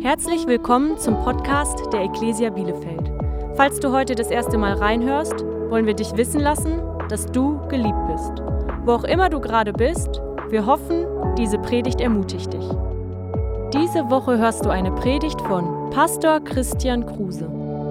Herzlich willkommen zum Podcast der Ecclesia Bielefeld. Falls du heute das erste Mal reinhörst, wollen wir dich wissen lassen, dass du geliebt bist. Wo auch immer du gerade bist, wir hoffen, diese Predigt ermutigt dich. Diese Woche hörst du eine Predigt von Pastor Christian Kruse.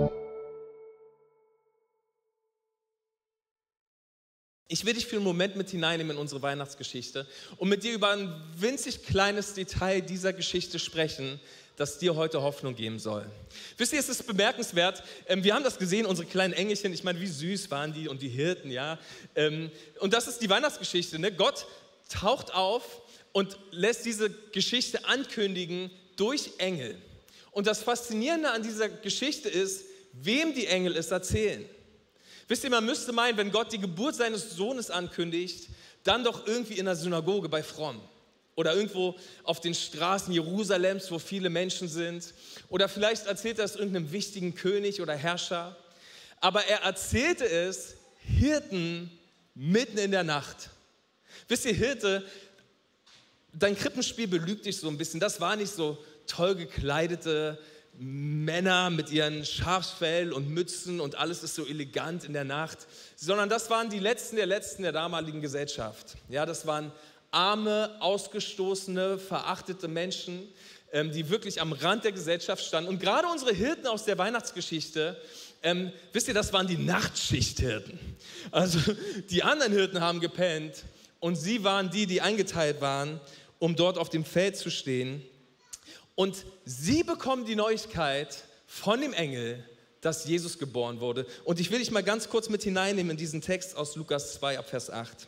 Ich will dich für einen Moment mit hineinnehmen in unsere Weihnachtsgeschichte und mit dir über ein winzig kleines Detail dieser Geschichte sprechen, das dir heute Hoffnung geben soll. Wisst ihr, es ist bemerkenswert, wir haben das gesehen, unsere kleinen Engelchen, ich meine, wie süß waren die und die Hirten, ja. Und das ist die Weihnachtsgeschichte, ne? Gott taucht auf und lässt diese Geschichte ankündigen durch Engel. Und das Faszinierende an dieser Geschichte ist, wem die Engel es erzählen. Wisst ihr, man müsste meinen, wenn Gott die Geburt seines Sohnes ankündigt, dann doch irgendwie in der Synagoge bei Fromm oder irgendwo auf den Straßen Jerusalems, wo viele Menschen sind, oder vielleicht erzählt er es irgendeinem wichtigen König oder Herrscher, aber er erzählte es Hirten mitten in der Nacht. Wisst ihr, Hirte, dein Krippenspiel belügt dich so ein bisschen, das war nicht so toll gekleidete Männer mit ihren Schafsfell und Mützen und alles ist so elegant in der Nacht, sondern das waren die Letzten der damaligen Gesellschaft. Ja, das waren arme, ausgestoßene, verachtete Menschen, die wirklich am Rand der Gesellschaft standen. Und gerade unsere Hirten aus der Weihnachtsgeschichte, wisst ihr, das waren die Nachtschichthirten. Also die anderen Hirten haben gepennt und sie waren die eingeteilt waren, um dort auf dem Feld zu stehen. Und sie bekommen die Neuigkeit von dem Engel, dass Jesus geboren wurde. Und ich will dich mal ganz kurz mit hineinnehmen in diesen Text aus Lukas 2 ab Vers 8.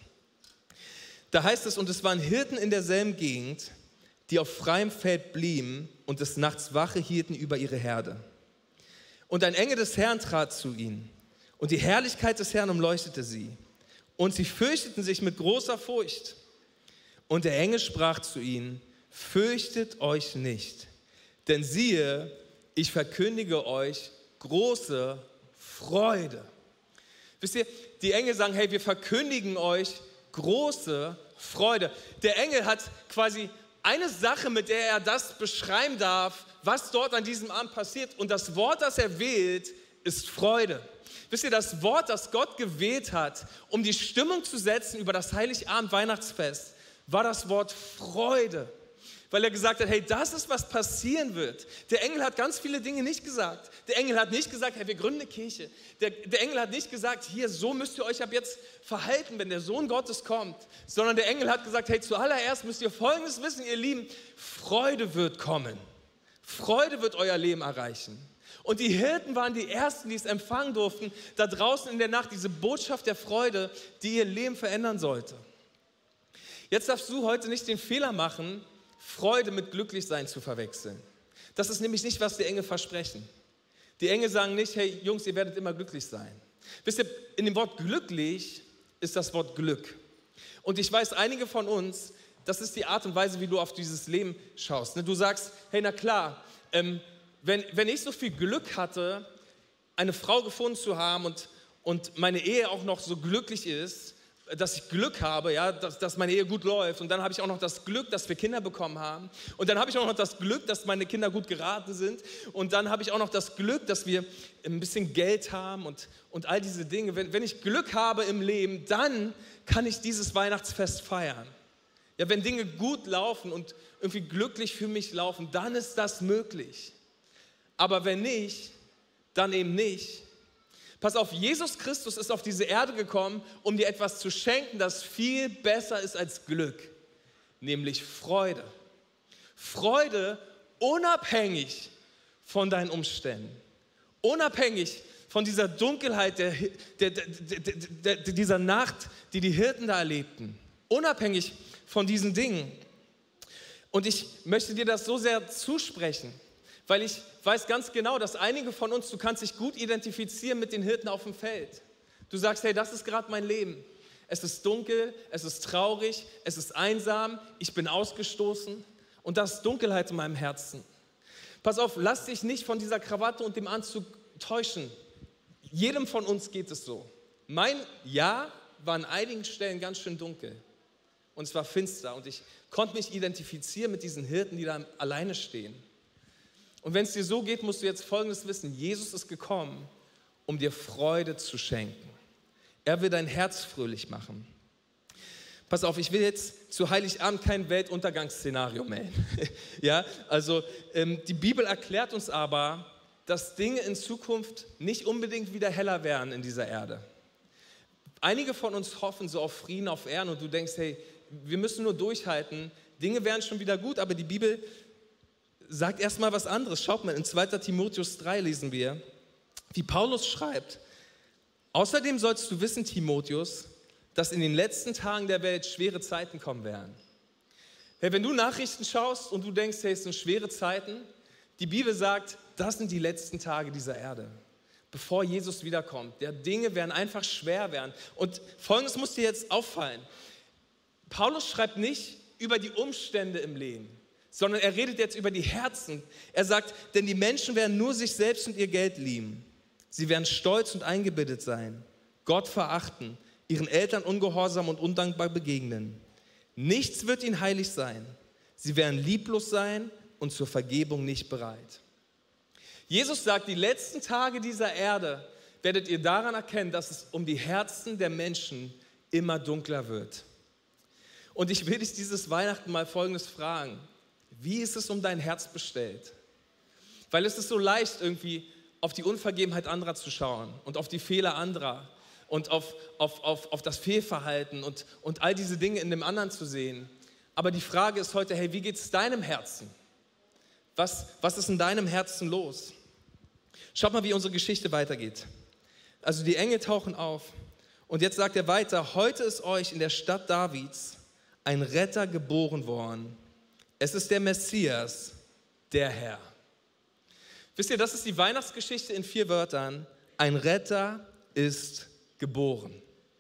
Da heißt es, und es waren Hirten in derselben Gegend, die auf freiem Feld blieben und des Nachts Wache hielten über ihre Herde. Und ein Engel des Herrn trat zu ihnen und die Herrlichkeit des Herrn umleuchtete sie. Und sie fürchteten sich mit großer Furcht. Und der Engel sprach zu ihnen, fürchtet euch nicht, denn siehe, ich verkündige euch große Freude. Wisst ihr, die Engel sagen, hey, wir verkündigen euch große Freude. Der Engel hat quasi eine Sache, mit der er das beschreiben darf, was dort an diesem Abend passiert. Und das Wort, das er wählt, ist Freude. Wisst ihr, das Wort, das Gott gewählt hat, um die Stimmung zu setzen über das Heiligabend-Weihnachtsfest, war das Wort Freude. Weil er gesagt hat, hey, das ist, was passieren wird. Der Engel hat ganz viele Dinge nicht gesagt. Der Engel hat nicht gesagt, hey, wir gründen eine Kirche. Der Engel hat nicht gesagt, hier, so müsst ihr euch ab jetzt verhalten, wenn der Sohn Gottes kommt. Sondern der Engel hat gesagt, hey, zuallererst müsst ihr Folgendes wissen, ihr Lieben, Freude wird kommen. Freude wird euer Leben erreichen. Und die Hirten waren die Ersten, die es empfangen durften, da draußen in der Nacht, diese Botschaft der Freude, die ihr Leben verändern sollte. Jetzt darfst du heute nicht den Fehler machen, Freude mit Glücklichsein zu verwechseln. Das ist nämlich nicht, was die Engel versprechen. Die Engel sagen nicht, hey Jungs, ihr werdet immer glücklich sein. Wisst ihr, in dem Wort glücklich ist das Wort Glück. Und ich weiß, einige von uns, das ist die Art und Weise, wie du auf dieses Leben schaust. Du sagst, hey, na klar, wenn ich so viel Glück hatte, eine Frau gefunden zu haben und meine Ehe auch noch so glücklich ist, dass ich Glück habe, ja, dass meine Ehe gut läuft, und dann habe ich auch noch das Glück, dass wir Kinder bekommen haben, und dann habe ich auch noch das Glück, dass meine Kinder gut geraten sind, und dann habe ich auch noch das Glück, dass wir ein bisschen Geld haben und all diese Dinge. Wenn ich Glück habe im Leben, dann kann ich dieses Weihnachtsfest feiern. Ja, wenn Dinge gut laufen und irgendwie glücklich für mich laufen, dann ist das möglich. Aber wenn nicht, dann eben nicht. Pass auf, Jesus Christus ist auf diese Erde gekommen, um dir etwas zu schenken, das viel besser ist als Glück, nämlich Freude. Freude unabhängig von deinen Umständen, unabhängig von dieser Dunkelheit dieser Nacht, die die Hirten da erlebten, unabhängig von diesen Dingen. Und ich möchte dir das so sehr zusprechen, weil ich weiß ganz genau, dass einige von uns, du kannst dich gut identifizieren mit den Hirten auf dem Feld. Du sagst, hey, das ist gerade mein Leben. Es ist dunkel, es ist traurig, es ist einsam, ich bin ausgestoßen und da ist Dunkelheit in meinem Herzen. Pass auf, lass dich nicht von dieser Krawatte und dem Anzug täuschen. Jedem von uns geht es so. Mein Jahr war an einigen Stellen ganz schön dunkel und es war finster und ich konnte mich identifizieren mit diesen Hirten, die da alleine stehen. Und wenn es dir so geht, musst du jetzt Folgendes wissen. Jesus ist gekommen, um dir Freude zu schenken. Er will dein Herz fröhlich machen. Pass auf, ich will jetzt zu Heiligabend kein Weltuntergangsszenario melden. Ja, also die Bibel erklärt uns aber, dass Dinge in Zukunft nicht unbedingt wieder heller werden in dieser Erde. Einige von uns hoffen so auf Frieden auf Erden und du denkst, hey, wir müssen nur durchhalten, Dinge werden schon wieder gut, aber die Bibel sagt erstmal was anderes. Schaut mal, in 2. Timotheus 3 lesen wir, wie Paulus schreibt, außerdem sollst du wissen, Timotheus, dass in den letzten Tagen der Welt schwere Zeiten kommen werden. Hey, wenn du Nachrichten schaust und du denkst, hey, es sind schwere Zeiten, die Bibel sagt, das sind die letzten Tage dieser Erde, bevor Jesus wiederkommt. Der Dinge werden einfach schwer werden. Und Folgendes muss dir jetzt auffallen. Paulus schreibt nicht über die Umstände im Leben, sondern er redet jetzt über die Herzen. Er sagt, denn die Menschen werden nur sich selbst und ihr Geld lieben. Sie werden stolz und eingebildet sein, Gott verachten, ihren Eltern ungehorsam und undankbar begegnen. Nichts wird ihnen heilig sein. Sie werden lieblos sein und zur Vergebung nicht bereit. Jesus sagt, die letzten Tage dieser Erde werdet ihr daran erkennen, dass es um die Herzen der Menschen immer dunkler wird. Und ich will dich dieses Weihnachten mal Folgendes fragen. Wie ist es um dein Herz bestellt? Weil es ist so leicht, irgendwie auf die Unvergebenheit anderer zu schauen und auf die Fehler anderer und auf das Fehlverhalten und all diese Dinge in dem anderen zu sehen. Aber die Frage ist heute, hey, wie geht es deinem Herzen? Was ist in deinem Herzen los? Schaut mal, wie unsere Geschichte weitergeht. Also die Engel tauchen auf und jetzt sagt er weiter, heute ist euch in der Stadt Davids ein Retter geboren worden. Es ist der Messias, der Herr. Wisst ihr, das ist die Weihnachtsgeschichte in 4 Wörtern. Ein Retter ist geboren.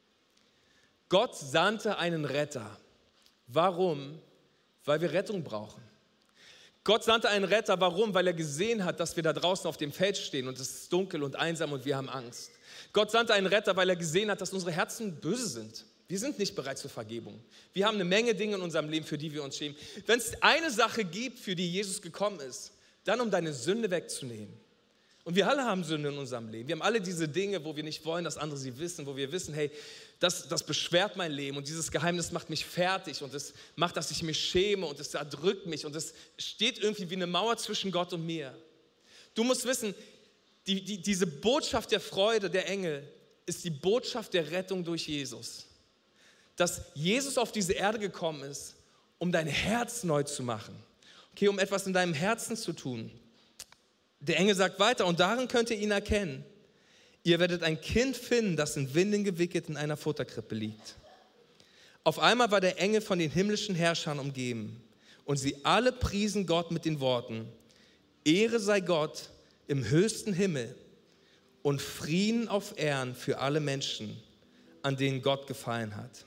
Gott sandte einen Retter. Warum? Weil wir Rettung brauchen. Gott sandte einen Retter. Warum? Weil er gesehen hat, dass wir da draußen auf dem Feld stehen und es ist dunkel und einsam und wir haben Angst. Gott sandte einen Retter, weil er gesehen hat, dass unsere Herzen böse sind. Wir sind nicht bereit zur Vergebung. Wir haben eine Menge Dinge in unserem Leben, für die wir uns schämen. Wenn es eine Sache gibt, für die Jesus gekommen ist, dann um deine Sünde wegzunehmen. Und wir alle haben Sünde in unserem Leben. Wir haben alle diese Dinge, wo wir nicht wollen, dass andere sie wissen, wo wir wissen, hey, das beschwert mein Leben und dieses Geheimnis macht mich fertig und es macht, dass ich mich schäme und es erdrückt mich und es steht irgendwie wie eine Mauer zwischen Gott und mir. Du musst wissen, diese Botschaft der Freude der Engel ist die Botschaft der Rettung durch Jesus. Dass Jesus auf diese Erde gekommen ist, um dein Herz neu zu machen. Okay, um etwas in deinem Herzen zu tun. Der Engel sagt weiter, und darin könnt ihr ihn erkennen. Ihr werdet ein Kind finden, das in Windeln gewickelt in einer Futterkrippe liegt. Auf einmal war der Engel von den himmlischen Herrschern umgeben. Und sie alle priesen Gott mit den Worten, Ehre sei Gott im höchsten Himmel und Frieden auf Erden für alle Menschen, an denen Gott gefallen hat.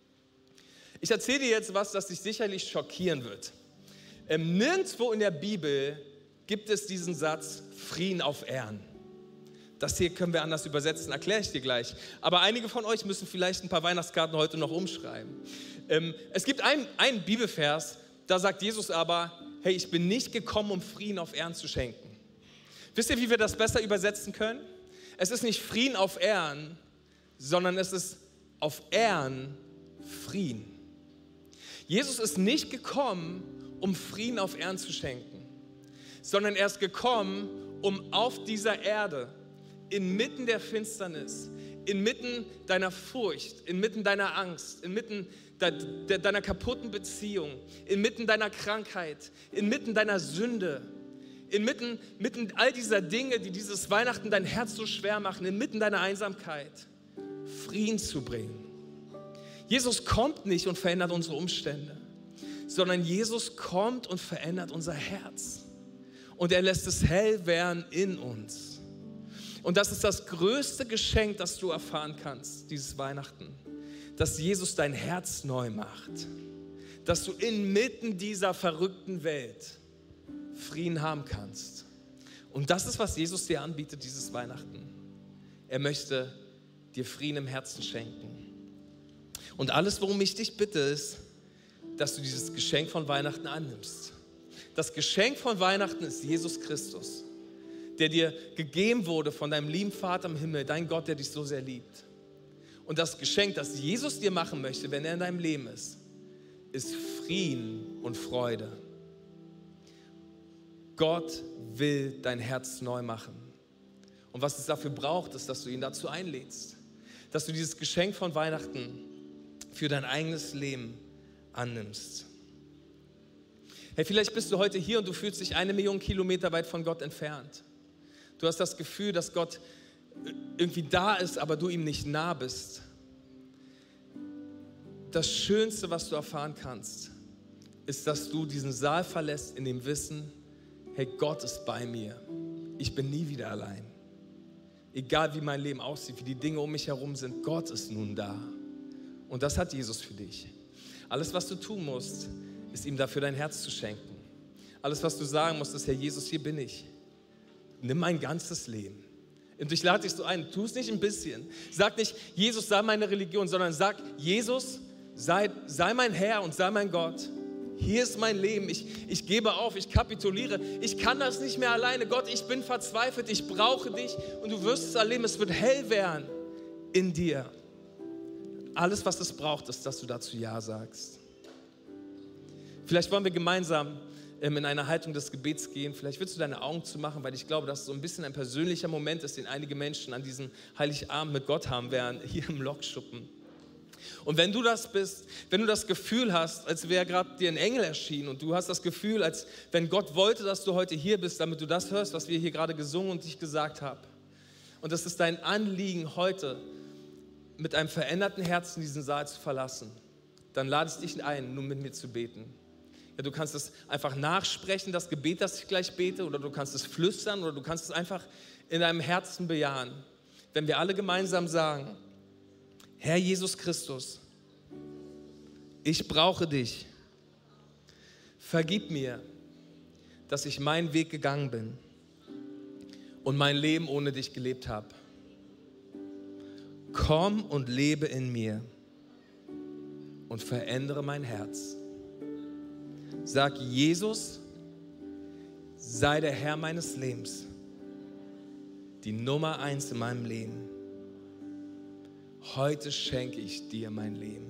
Ich erzähle dir jetzt was, das dich sicherlich schockieren wird. Nirgendwo in der Bibel gibt es diesen Satz, Frieden auf Erden. Das hier können wir anders übersetzen, erkläre ich dir gleich. Aber einige von euch müssen vielleicht ein paar Weihnachtskarten heute noch umschreiben. Es gibt einen Bibelvers, da sagt Jesus aber, hey, ich bin nicht gekommen, um Frieden auf Erden zu schenken. Wisst ihr, wie wir das besser übersetzen können? Es ist nicht Frieden auf Erden, sondern es ist auf Erden Frieden. Jesus ist nicht gekommen, um Frieden auf Erden zu schenken, sondern er ist gekommen, um auf dieser Erde, inmitten der Finsternis, inmitten deiner Furcht, inmitten deiner Angst, inmitten deiner kaputten Beziehung, inmitten deiner Krankheit, inmitten deiner Sünde, inmitten all dieser Dinge, die dieses Weihnachten dein Herz so schwer machen, inmitten deiner Einsamkeit, Frieden zu bringen. Jesus kommt nicht und verändert unsere Umstände, sondern Jesus kommt und verändert unser Herz. Und er lässt es hell werden in uns. Und das ist das größte Geschenk, das du erfahren kannst, dieses Weihnachten. Dass Jesus dein Herz neu macht. Dass du inmitten dieser verrückten Welt Frieden haben kannst. Und das ist, was Jesus dir anbietet, dieses Weihnachten. Er möchte dir Frieden im Herzen schenken. Und alles, worum ich dich bitte, ist, dass du dieses Geschenk von Weihnachten annimmst. das Geschenk von Weihnachten ist Jesus Christus, der dir gegeben wurde von deinem lieben Vater im Himmel, dein Gott, der dich so sehr liebt. Und das Geschenk, das Jesus dir machen möchte, wenn er in deinem Leben ist Frieden und Freude. Gott will dein Herz neu machen. Und was es dafür braucht, ist, dass du ihn dazu einlädst. Dass du dieses Geschenk von Weihnachten für dein eigenes Leben annimmst. Hey, vielleicht bist du heute hier und du fühlst dich 1 Million Kilometer weit von Gott entfernt. Du hast das Gefühl, dass Gott irgendwie da ist, aber du ihm nicht nah bist. Das Schönste, was du erfahren kannst, ist, dass du diesen Saal verlässt in dem Wissen, hey, Gott ist bei mir. Ich bin nie wieder allein. Egal wie mein Leben aussieht, wie die Dinge um mich herum sind, Gott ist nun da. Und das hat Jesus für dich. Alles, was du tun musst, ist ihm dafür dein Herz zu schenken. Alles, was du sagen musst, ist, Herr Jesus, hier bin ich. Nimm mein ganzes Leben. Und ich lade dich so ein, tu es nicht ein bisschen. Sag nicht, Jesus sei meine Religion, sondern sag, Jesus, sei mein Herr und sei mein Gott. Hier ist mein Leben, ich gebe auf, ich kapituliere. Ich kann das nicht mehr alleine. Gott, ich bin verzweifelt, ich brauche dich. Und du wirst es erleben, es wird hell werden in dir. Alles, was es braucht, ist, dass du dazu Ja sagst. Vielleicht wollen wir gemeinsam in eine Haltung des Gebets gehen. Vielleicht willst du deine Augen zumachen, weil ich glaube, dass es so ein bisschen ein persönlicher Moment ist, den einige Menschen an diesem Heiligabend mit Gott haben werden, hier im Lokschuppen. Und wenn du das bist, wenn du das Gefühl hast, als wäre gerade dir ein Engel erschienen und du hast das Gefühl, als wenn Gott wollte, dass du heute hier bist, damit du das hörst, was wir hier gerade gesungen und dich gesagt haben. Und das ist dein Anliegen heute, mit einem veränderten Herzen diesen Saal zu verlassen, dann lade ich dich ein, nun mit mir zu beten. Ja, du kannst es einfach nachsprechen, das Gebet, das ich gleich bete, oder du kannst es flüstern, oder du kannst es einfach in deinem Herzen bejahen. Wenn wir alle gemeinsam sagen, Herr Jesus Christus, ich brauche dich. Vergib mir, dass ich meinen Weg gegangen bin und mein Leben ohne dich gelebt habe. Komm und lebe in mir und verändere mein Herz. Sag, Jesus, sei der Herr meines Lebens, die Nummer 1 in meinem Leben. Heute schenke ich dir mein Leben.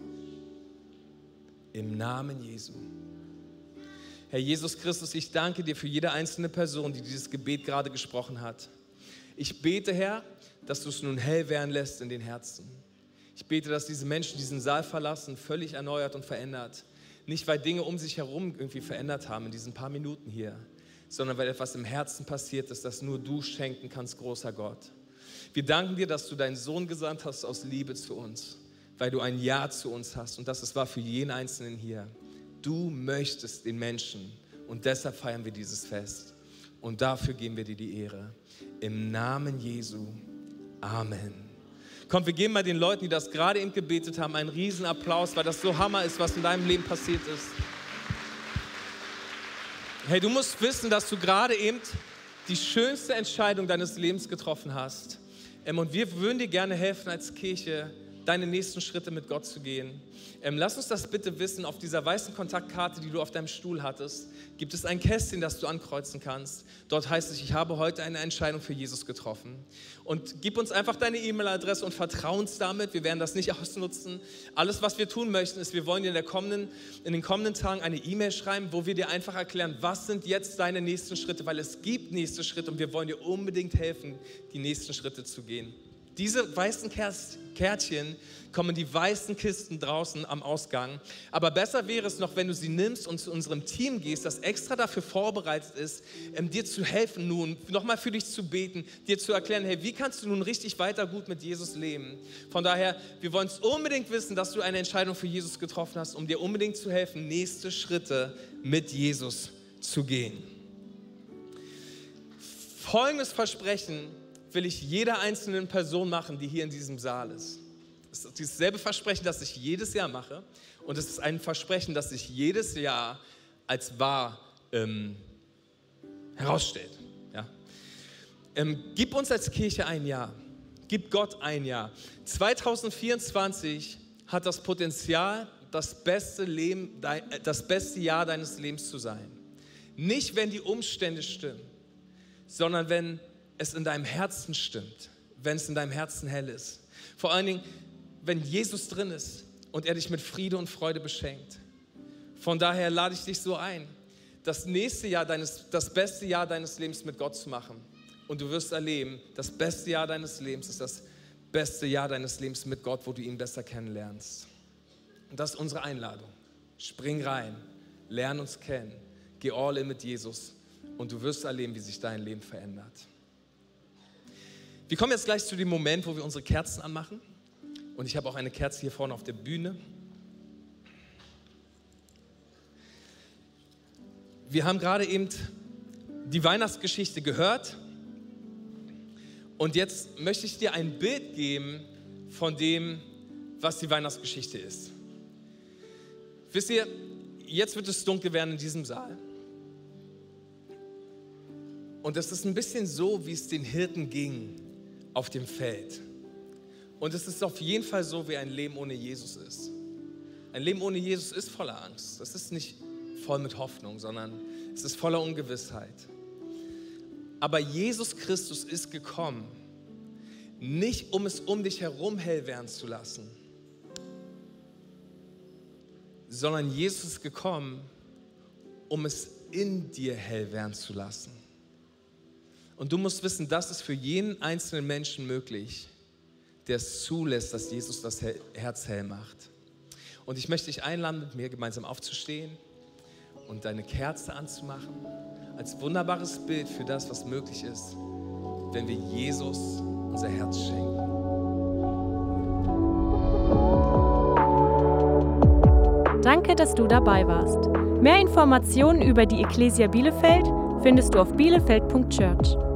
Im Namen Jesu. Herr Jesus Christus, ich danke dir für jede einzelne Person, die dieses Gebet gerade gesprochen hat. Ich bete, Herr, dass du es nun hell werden lässt in den Herzen. Ich bete, dass diese Menschen diesen Saal verlassen, völlig erneuert und verändert. Nicht, weil Dinge um sich herum irgendwie verändert haben in diesen paar Minuten hier, sondern weil etwas im Herzen passiert ist, das nur du schenken kannst, großer Gott. Wir danken dir, dass du deinen Sohn gesandt hast aus Liebe zu uns, weil du ein Ja zu uns hast. Und das war für jeden Einzelnen hier. Du möchtest den Menschen und deshalb feiern wir dieses Fest. Und dafür geben wir dir die Ehre. Im Namen Jesu. Amen. Komm, wir geben mal den Leuten, die das gerade eben gebetet haben, einen riesen Applaus, weil das so Hammer ist, was in deinem Leben passiert ist. Hey, du musst wissen, dass du gerade eben die schönste Entscheidung deines Lebens getroffen hast. Und wir würden dir gerne helfen, als Kirche deine nächsten Schritte mit Gott zu gehen. Lass uns das bitte wissen. Auf dieser weißen Kontaktkarte, die du auf deinem Stuhl hattest, gibt es ein Kästchen, das du ankreuzen kannst. Dort heißt es, ich habe heute eine Entscheidung für Jesus getroffen. Und gib uns einfach deine E-Mail-Adresse und vertrau uns damit. Wir werden das nicht ausnutzen. Alles, was wir tun möchten, ist, wir wollen dir in den kommenden Tagen eine E-Mail schreiben, wo wir dir einfach erklären, was sind jetzt deine nächsten Schritte, weil es gibt nächste Schritte und wir wollen dir unbedingt helfen, die nächsten Schritte zu gehen. Diese weißen Kärtchen kommen in die weißen Kisten draußen am Ausgang. Aber besser wäre es noch, wenn du sie nimmst und zu unserem Team gehst, das extra dafür vorbereitet ist, dir zu helfen nun, nochmal für dich zu beten, dir zu erklären, hey, wie kannst du nun richtig weiter gut mit Jesus leben? Von daher, wir wollen es unbedingt wissen, dass du eine Entscheidung für Jesus getroffen hast, um dir unbedingt zu helfen, nächste Schritte mit Jesus zu gehen. Folgendes Versprechen will ich jeder einzelnen Person machen, die hier in diesem Saal ist. Es ist dasselbe Versprechen, das ich jedes Jahr mache. Und es ist ein Versprechen, das sich jedes Jahr als wahr herausstellt. Ja? Gib uns als Kirche ein Jahr. Gib Gott ein Jahr. 2024 hat das Potenzial, das beste Jahr deines Lebens zu sein. Nicht, wenn die Umstände stimmen, sondern wenn es in deinem Herzen stimmt, wenn es in deinem Herzen hell ist. Vor allen Dingen, wenn Jesus drin ist und er dich mit Friede und Freude beschenkt. Von daher lade ich dich so ein, das beste Jahr deines Lebens mit Gott zu machen. Und du wirst erleben, das beste Jahr deines Lebens ist das beste Jahr deines Lebens mit Gott, wo du ihn besser kennenlernst. Und das ist unsere Einladung. Spring rein, lern uns kennen, geh all in mit Jesus und du wirst erleben, wie sich dein Leben verändert. Wir kommen jetzt gleich zu dem Moment, wo wir unsere Kerzen anmachen. Und ich habe auch eine Kerze hier vorne auf der Bühne. Wir haben gerade eben die Weihnachtsgeschichte gehört. Und jetzt möchte ich dir ein Bild geben von dem, was die Weihnachtsgeschichte ist. Wisst ihr, jetzt wird es dunkel werden in diesem Saal. Und es ist ein bisschen so, wie es den Hirten ging auf dem Feld. Und es ist auf jeden Fall so, wie ein Leben ohne Jesus ist. Ein Leben ohne Jesus ist voller Angst. Das ist nicht voll mit Hoffnung, sondern es ist voller Ungewissheit. Aber Jesus Christus ist gekommen, nicht um es um dich herum hell werden zu lassen, sondern Jesus ist gekommen, um es in dir hell werden zu lassen. Und du musst wissen, das ist für jeden einzelnen Menschen möglich, der es zulässt, dass Jesus das Herz hell macht. Und ich möchte dich einladen, mit mir gemeinsam aufzustehen und deine Kerze anzumachen, als wunderbares Bild für das, was möglich ist, wenn wir Jesus unser Herz schenken. Danke, dass du dabei warst. Mehr Informationen über die Ecclesia Bielefeld findest du auf bielefeld.church.